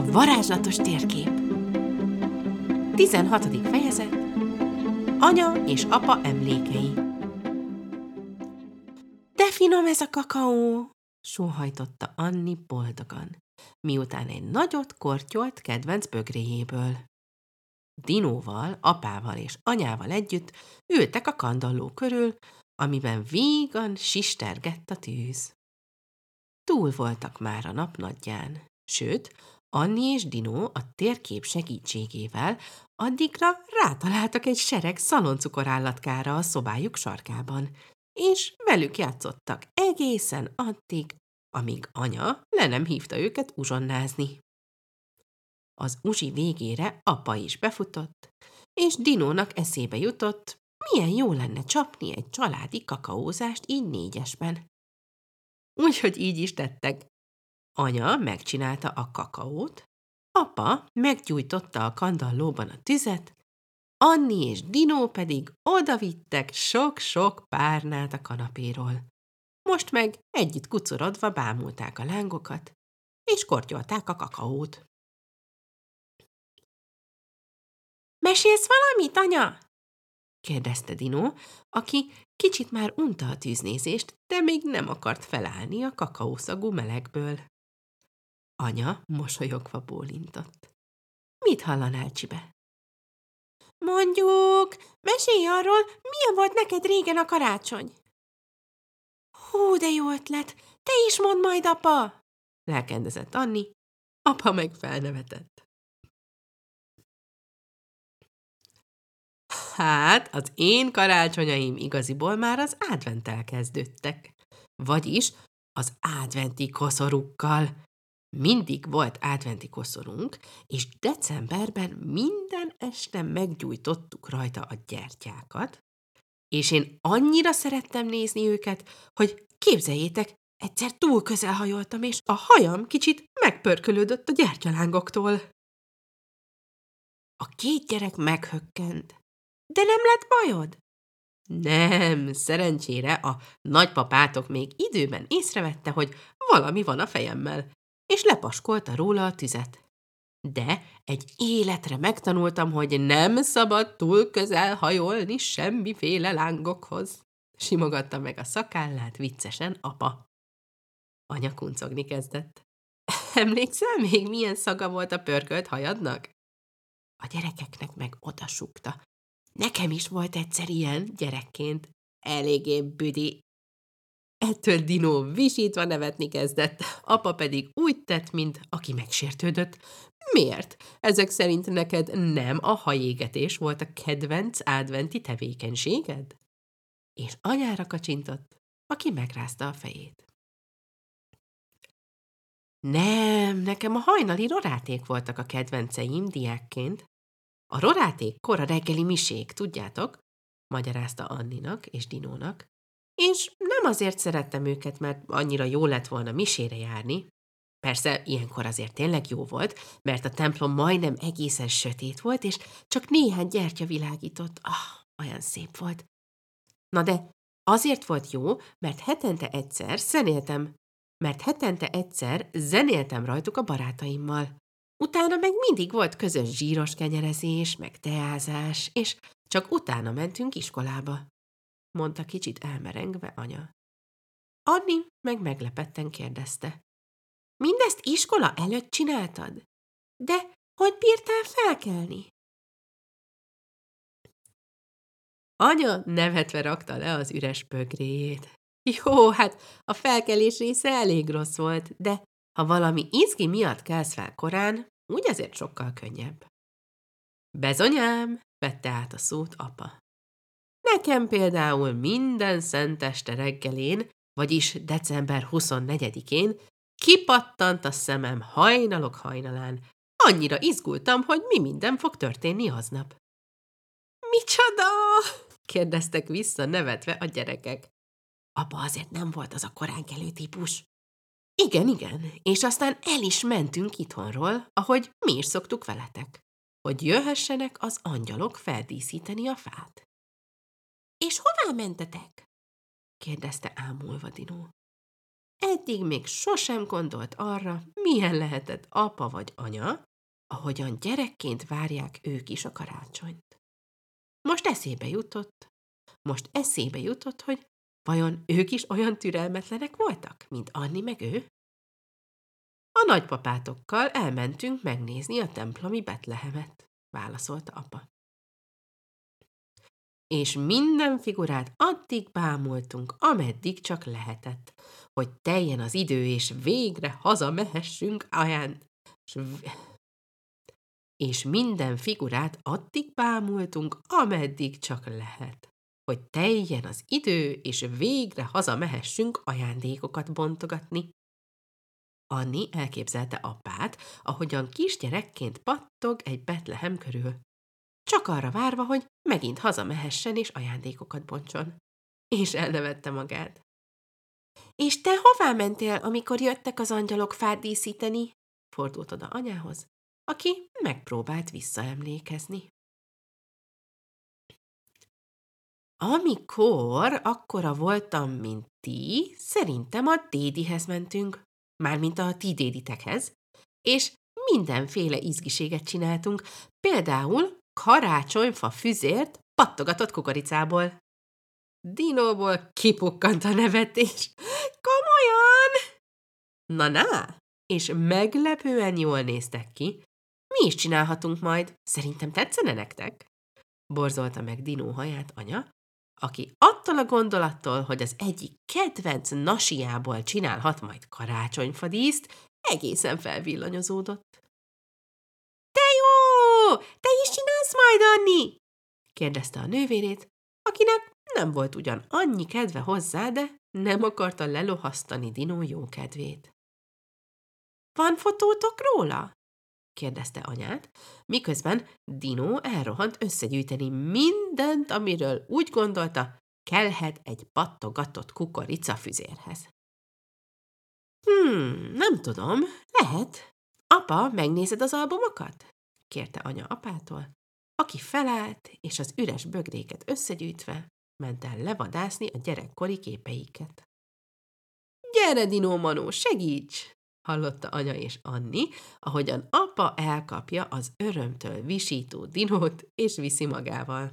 Varázslatos térkép. 16. fejezet. Anya és apa emlékei. De finom ez a kakaó, sóhajtotta Anni boldogan, miután egy nagyot kortyolt kedvenc bögréjéből. Dinóval, apával és anyával együtt ültek a kandalló körül, amiben vígan sistergett a tűz. Túl voltak már a nap nagyján, sőt, Anni és Dino a térkép segítségével addigra rátaláltak egy sereg szaloncukorállatkára a szobájuk sarkában, és velük játszottak egészen addig, amíg anya le nem hívta őket uzsonnázni. Az uzsi végére apa is befutott, és Dinónak eszébe jutott, milyen jó lenne csapni egy családi kakaózást így négyesben. Úgyhogy így is tettek. Anya megcsinálta a kakaót, apa meggyújtotta a kandallóban a tüzet, Anni és Dino pedig odavittek sok-sok párnát a kanapéról. Most meg együtt kucorodva bámulták a lángokat, és kortyolták a kakaót. Mesélsz valamit, anya? kérdezte Dino, aki kicsit már unta a tűznézést, de még nem akart felállni a kakaószagú melegből. Anya mosolyogva bólintott. Mit hallanál, Csibe? Mondjuk, mesélj arról, milyen volt neked régen a karácsony. Hú, de jó ötlet, te is mondd majd, apa! Lelkendezett Anni, apa meg felnevetett. Hát, az én karácsonyaim igaziból már az adventtel kezdődtek. Vagyis az adventi koszorukkal. Mindig volt adventi koszorunk, és decemberben minden este meggyújtottuk rajta a gyertyákat, és én annyira szerettem nézni őket, hogy képzeljétek, egyszer túl közel hajoltam, és a hajam kicsit megpörkölődött a gyertyalángoktól. A két gyerek meghökkent. De nem lett bajod? Nem, szerencsére a nagypapátok még időben észrevette, hogy valami van a fejemmel, és lepaskolta róla a tüzet. De egy életre megtanultam, hogy nem szabad túl közel hajolni semmiféle lángokhoz. Simogatta meg a szakállát viccesen apa. Anya kuncogni kezdett. Emlékszel még, milyen szaga volt a pörkölt hajadnak? A gyerekeknek meg odasúgta. Nekem is volt egyszer ilyen, gyerekként. Eléggé büdi. Ettől Dino visítva nevetni kezdett, apa pedig úgy tett, mint aki megsértődött. Miért? Ezek szerint neked nem a hajégetés volt a kedvenc adventi tevékenységed? És anyára kacsintott, aki megrázta a fejét. Nem, nekem a hajnali roráték voltak a kedvenceim diákként. A roráték kora reggeli misék, tudjátok? Magyarázta Anninak és Dinónak. És nem azért szerettem őket, mert annyira jó lett volna misére járni. Persze, ilyenkor azért tényleg jó volt, mert a templom majdnem egészen sötét volt, és csak néhány gyertya világított. Olyan szép volt. Na de azért volt jó, mert hetente egyszer zenéltem rajtuk a barátaimmal. Utána meg mindig volt közös zsíros kenyerezés, meg teázás, és csak utána mentünk iskolába, mondta kicsit elmerengve anya. Anni meg meglepetten kérdezte. Mindezt iskola előtt csináltad? De hogy bírtál felkelni? Anya nevetve rakta le az üres bögréjét. Jó, hát a felkelés része elég rossz volt, de ha valami izgi miatt kelsz fel korán, úgy azért sokkal könnyebb. Bezonyám, vette át a szót apa. Nekem például minden szenteste reggelén, vagyis december 24-én kipattant a szemem hajnalok hajnalán. Annyira izgultam, hogy mi minden fog történni aznap. Micsoda? kérdeztek vissza nevetve a gyerekek. Apa azért nem volt az a koránkelő típus. Igen, és aztán el is mentünk itthonról, ahogy mi is szoktuk veletek, hogy jöhessenek az angyalok feldíszíteni a fát. És hová mentetek? kérdezte ámulva Dino. Eddig még sosem gondolt arra, milyen lehetett apa vagy anya, ahogyan gyerekként várják ők is a karácsonyt. Most eszébe jutott, hogy vajon ők is olyan türelmetlenek voltak, mint Anni meg ő? A nagypapátokkal elmentünk megnézni a templomi Betlehemet, válaszolta apa. És minden figurát addig bámultunk, ameddig csak lehetett, hogy teljen az idő, és végre hazamehessünk és minden figurát addig bámultunk, ameddig csak lehet, hogy teljen az idő, és végre hazamehessünk ajándékokat bontogatni. Anni elképzelte apát, ahogyan kisgyerekként pattog egy Betlehem körül, csak arra várva, hogy megint hazamehessen és ajándékokat bontson. És elnevette magát. És te hová mentél, amikor jöttek az angyalok fát díszíteni? Fordult oda anyához, aki megpróbált visszaemlékezni. Amikor akkora voltam, mint ti, szerintem a dédihez mentünk, mármint a ti déditekhez, és mindenféle izgiséget csináltunk, például karácsonyfa füzért pattogatott kukoricából. Dinóból kipukkant a nevetés. Komolyan? Na, és meglepően jól néztek ki. Mi is csinálhatunk majd, szerintem tetszene nektek? Borzolta meg Dinó haját anya, aki attól a gondolattól, hogy az egyik kedvenc nasiából csinálhat majd karácsonyfadíszt, egészen felvillanyozódott. De jó! Te is csinálsz majd, Anni? Kérdezte a nővérét, akinek nem volt ugyan annyi kedve hozzá, de nem akarta lelohasztani Dinó jókedvét. Van fotótok róla? Kérdezte anyát, miközben Dinó elrohant összegyűjteni mindent, amiről úgy gondolta, kellhet egy pattogatott kukoricafüzérhez. Nem tudom, lehet. Apa, megnézed az albumokat? Kérte anya apától, aki felállt, és az üres bögréket összegyűjtve ment el levadászni a gyerekkori képeiket. Gyere, Dinó Manó, segíts! Hallotta anya és Anni, ahogyan apa elkapja az örömtől visító Dinót, és viszi magával.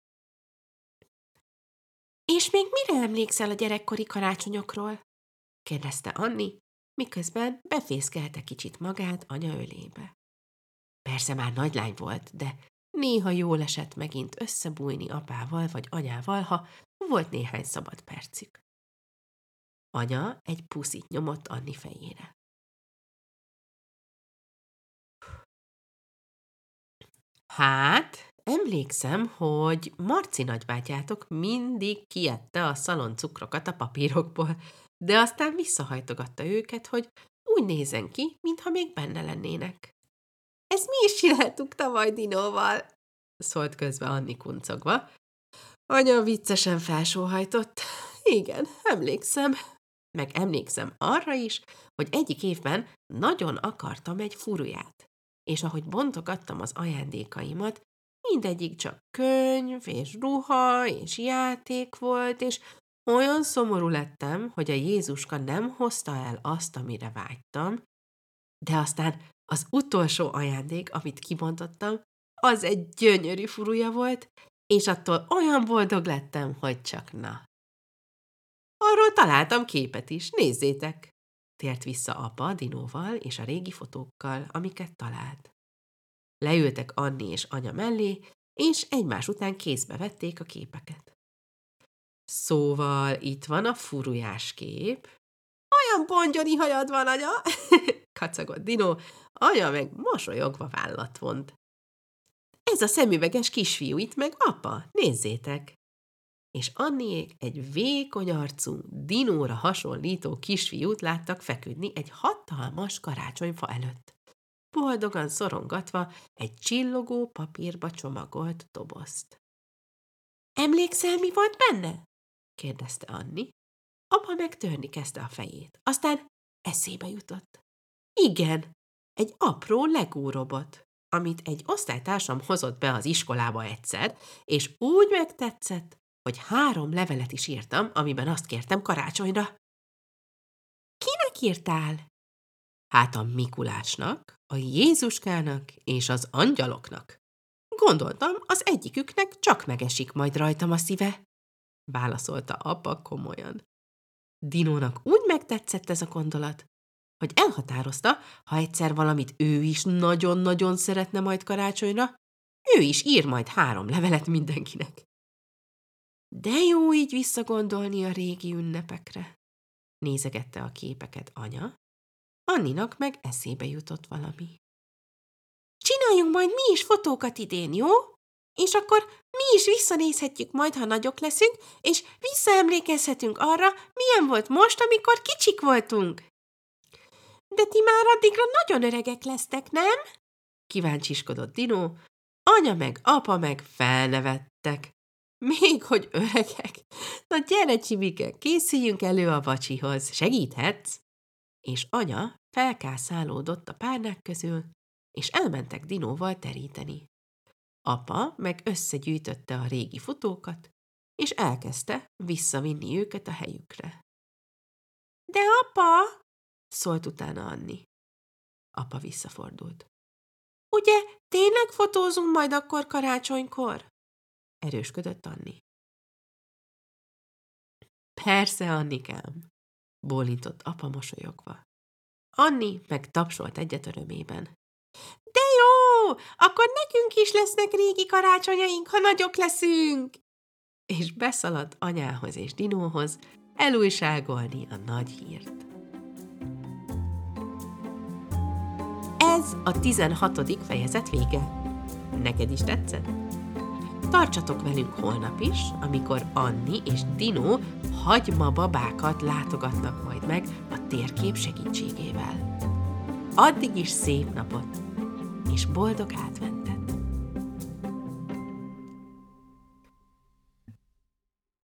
És még mire emlékszel a gyerekkori karácsonyokról? Kérdezte Anni, miközben befészkelte kicsit magát anya ölébe. Persze már nagylány volt, de néha jól esett megint összebújni apával vagy anyával, ha volt néhány szabad percük. Anya egy puszit nyomott Anni fejére. Hát, emlékszem, hogy Marci nagybátyátok mindig kiette a szaloncukrokat a papírokból, de aztán visszahajtogatta őket, hogy úgy nézzen ki, mintha még benne lennének. Ezt mi is csináltuk tavaly Dinóval, szólt közbe Anni kuncogva. Anya viccesen felsóhajtott. Igen, emlékszem. Meg emlékszem arra is, hogy egyik évben nagyon akartam egy furuját, és ahogy bontogattam az ajándékaimat, mindegyik csak könyv, és ruha, és játék volt, és olyan szomorú lettem, hogy a Jézuska nem hozta el azt, amire vágytam, de aztán az utolsó ajándék, amit kibontottam, az egy gyönyörű furuja volt, és attól olyan boldog lettem, hogy csak na. Arról találtam képet is, nézzétek! Tért vissza apa Dinóval és a régi fotókkal, amiket talált. Leültek Anni és anya mellé, és egymás után kézbe vették a képeket. Szóval itt van a furujás kép. Olyan bongyori hajad van, anya! Kacagott Dinó, anya meg mosolyogva vállat vont. Ez a szemüveges kisfiú itt meg apa, nézzétek! És Anniék egy vékony arcú, Dinóra hasonlító kisfiút láttak feküdni egy hatalmas karácsonyfa előtt, boldogan szorongatva egy csillogó papírba csomagolt dobozt. Emlékszel, mi volt benne? kérdezte Anni. Apa meg törni kezdte a fejét, aztán eszébe jutott. Igen, egy apró Lego robot, amit egy osztálytársam hozott be az iskolába egyszer, és úgy megtetszett, hogy 3 levelet is írtam, amiben azt kértem karácsonyra. kinek írtál? Hát a Mikulásnak, a Jézuskának és az angyaloknak. Gondoltam, az egyiküknek csak megesik majd rajtam a szíve, válaszolta apa komolyan. Dinónak úgy megtetszett ez a gondolat, hogy elhatározta, ha egyszer valamit ő is nagyon-nagyon szeretne majd karácsonyra, ő is ír majd 3 levelet mindenkinek. De jó így visszagondolni a régi ünnepekre, nézegette a képeket anya, Anninak meg eszébe jutott valami. Csináljunk majd mi is fotókat idén, jó? És akkor mi is visszanézhetjük majd, ha nagyok leszünk, és visszaemlékezhetünk arra, milyen volt most, amikor kicsik voltunk. De ti már addigra nagyon öregek lesztek, nem? Kíváncsiskodott Dinó, anya meg apa meg felnevettek. Még hogy öregek? Na gyere, Csibike, készüljünk elő a vacsihoz, segíthetsz? És anya felkászálódott a párnák közül, és elmentek Dinóval teríteni. Apa meg összegyűjtötte a régi fotókat, és elkezdte visszavinni őket a helyükre. De apa, szólt utána Anni. Apa visszafordult. Ugye tényleg fotózunk majd akkor karácsonykor? Erősködött Anni. Persze, Annikám, bólintott apa mosolyogva. Anni meg tapsolt egyet örömében. De jó, akkor nekünk is lesznek régi karácsonyaink, ha nagyok leszünk! És beszaladt anyához és Dinóhoz elújságolni a nagy hírt. Ez a 16. fejezet vége. Neked is tetszett? Tartsatok velünk holnap is, amikor Anni és Dinó hagymababákat látogatnak majd meg a térkép segítségével. Addig is szép napot, és boldog adventet!